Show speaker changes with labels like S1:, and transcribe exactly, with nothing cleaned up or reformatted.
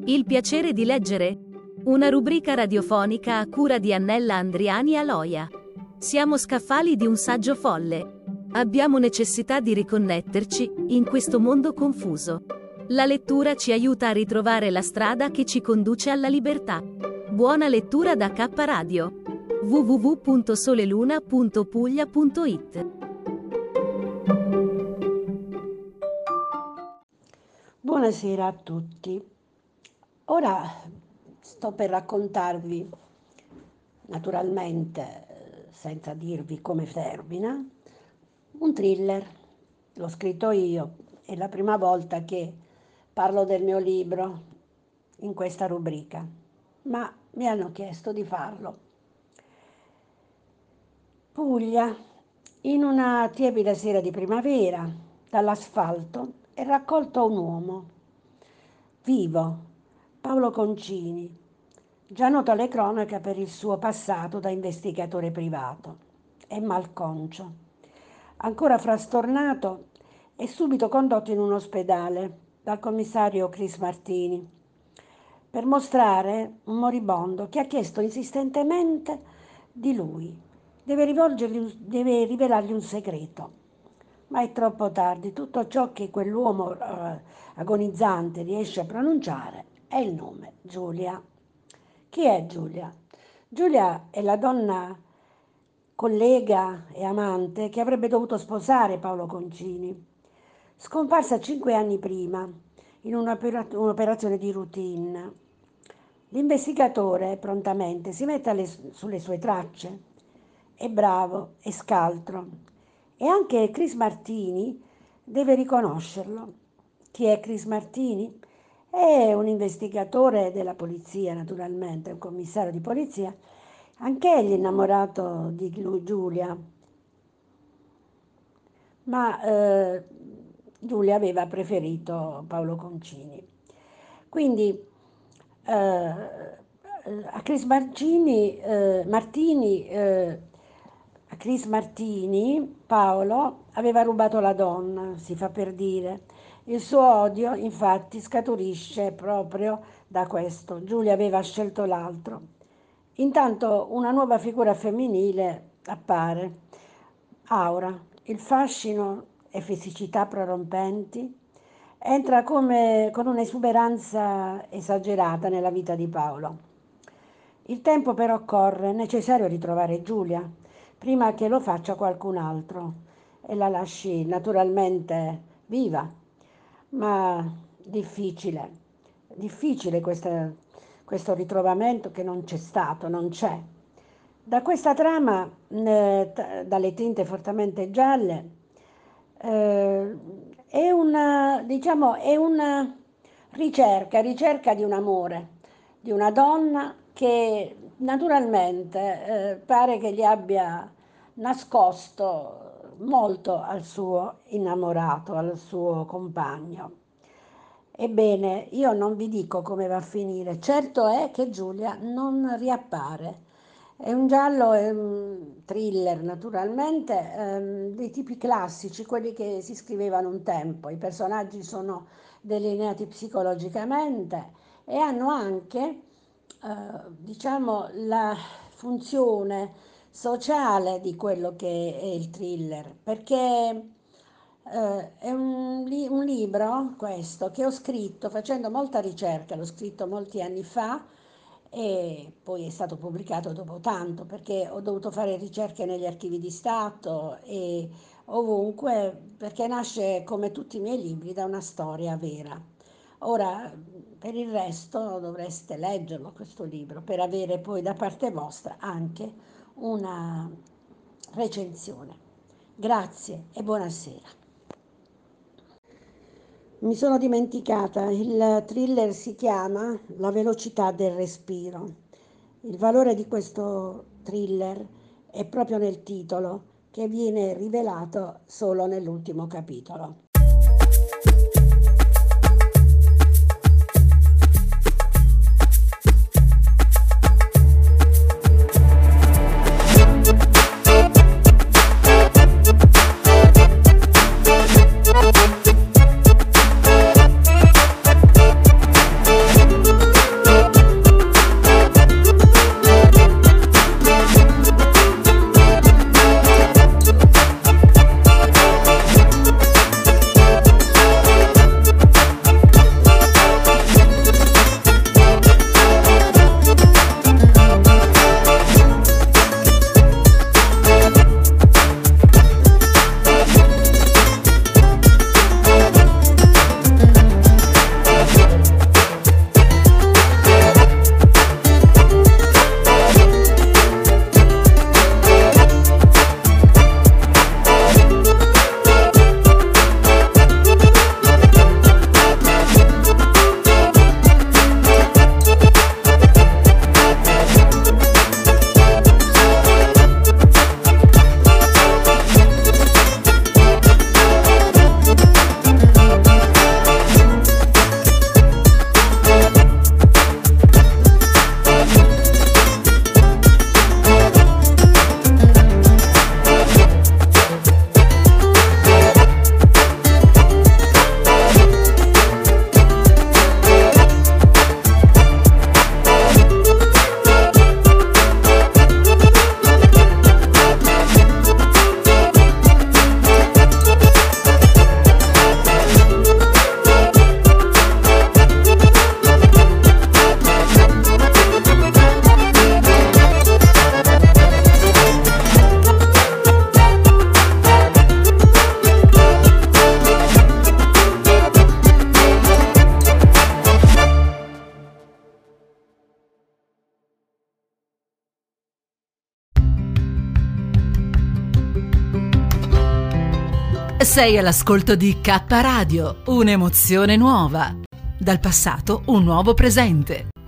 S1: Il piacere di leggere? Una rubrica radiofonica a cura di Annella Andriani Aloia. Siamo scaffali di un saggio folle. Abbiamo necessità di riconnetterci in questo mondo confuso. La lettura ci aiuta a ritrovare la strada che ci conduce alla libertà. Buona lettura da K Radio. w w w punto soleluna punto puglia punto it.
S2: Buonasera a tutti. Ora sto per raccontarvi, naturalmente senza dirvi come termina, un thriller. L'ho scritto io, è la prima volta che parlo del mio libro in questa rubrica, ma mi hanno chiesto di farlo. Puglia, in una tiepida sera di primavera, dall'asfalto è raccolto un uomo, vivo, Paolo Concini, già noto alle cronache per il suo passato da investigatore privato. È malconcio. Ancora frastornato, è subito condotto in un ospedale dal commissario Chris Martini per mostrare un moribondo che ha chiesto insistentemente di lui. Deve, rivolgergli, deve rivelargli un segreto. Ma è troppo tardi. Tutto ciò che quell'uomo eh, agonizzante riesce a pronunciare è il nome Giulia. Chi è Giulia? Giulia è la donna collega e amante che avrebbe dovuto sposare Paolo Concini, scomparsa cinque anni prima in un'operazione di routine. L'investigatore prontamente si mette alle, sulle sue tracce. È bravo, è scaltro. E anche Chris Martini deve riconoscerlo. Chi è Chris Martini? È un investigatore della polizia, naturalmente, un commissario di polizia, anch'egli innamorato di Giulia. Ma eh, Giulia aveva preferito Paolo Concini. Quindi eh, a Chris Martini, eh, Martini eh, a Chris Martini, Paolo aveva rubato la donna, si fa per dire. Il suo odio, infatti, scaturisce proprio da questo. Giulia aveva scelto l'altro. Intanto una nuova figura femminile appare. Aura, il fascino e fisicità prorompenti, entra come con un'esuberanza esagerata nella vita di Paolo. Il tempo però corre, è necessario ritrovare Giulia prima che lo faccia qualcun altro e la lasci naturalmente viva, ma difficile, difficile questa, questo ritrovamento che non c'è stato, non c'è. Da questa trama, eh, t- dalle tinte fortemente gialle, eh, è una, diciamo, è una ricerca, ricerca di un amore, di una donna che naturalmente eh, pare che gli abbia nascosto molto al suo innamorato, al suo compagno. Ebbene, io non vi dico come va a finire, certo è che Giulia non riappare. È un giallo, è un thriller naturalmente, ehm, dei tipi classici, quelli che si scrivevano un tempo. I personaggi sono delineati psicologicamente e hanno anche, eh, diciamo, la funzione sociale di quello che è il thriller, perché eh, è un, li- un libro, questo, che ho scritto facendo molta ricerca, l'ho scritto molti anni fa e poi è stato pubblicato dopo tanto, perché ho dovuto fare ricerche negli archivi di Stato e ovunque, perché nasce come tutti i miei libri da una storia vera. Ora, per il resto dovreste leggerlo questo libro per avere poi da parte vostra anche una recensione. Grazie e buonasera. Mi sono dimenticata, il thriller si chiama La velocità del respiro. Il valore di questo thriller è proprio nel titolo, che viene rivelato solo nell'ultimo capitolo.
S3: Sei all'ascolto di K Radio, un'emozione nuova. Dal passato un nuovo presente.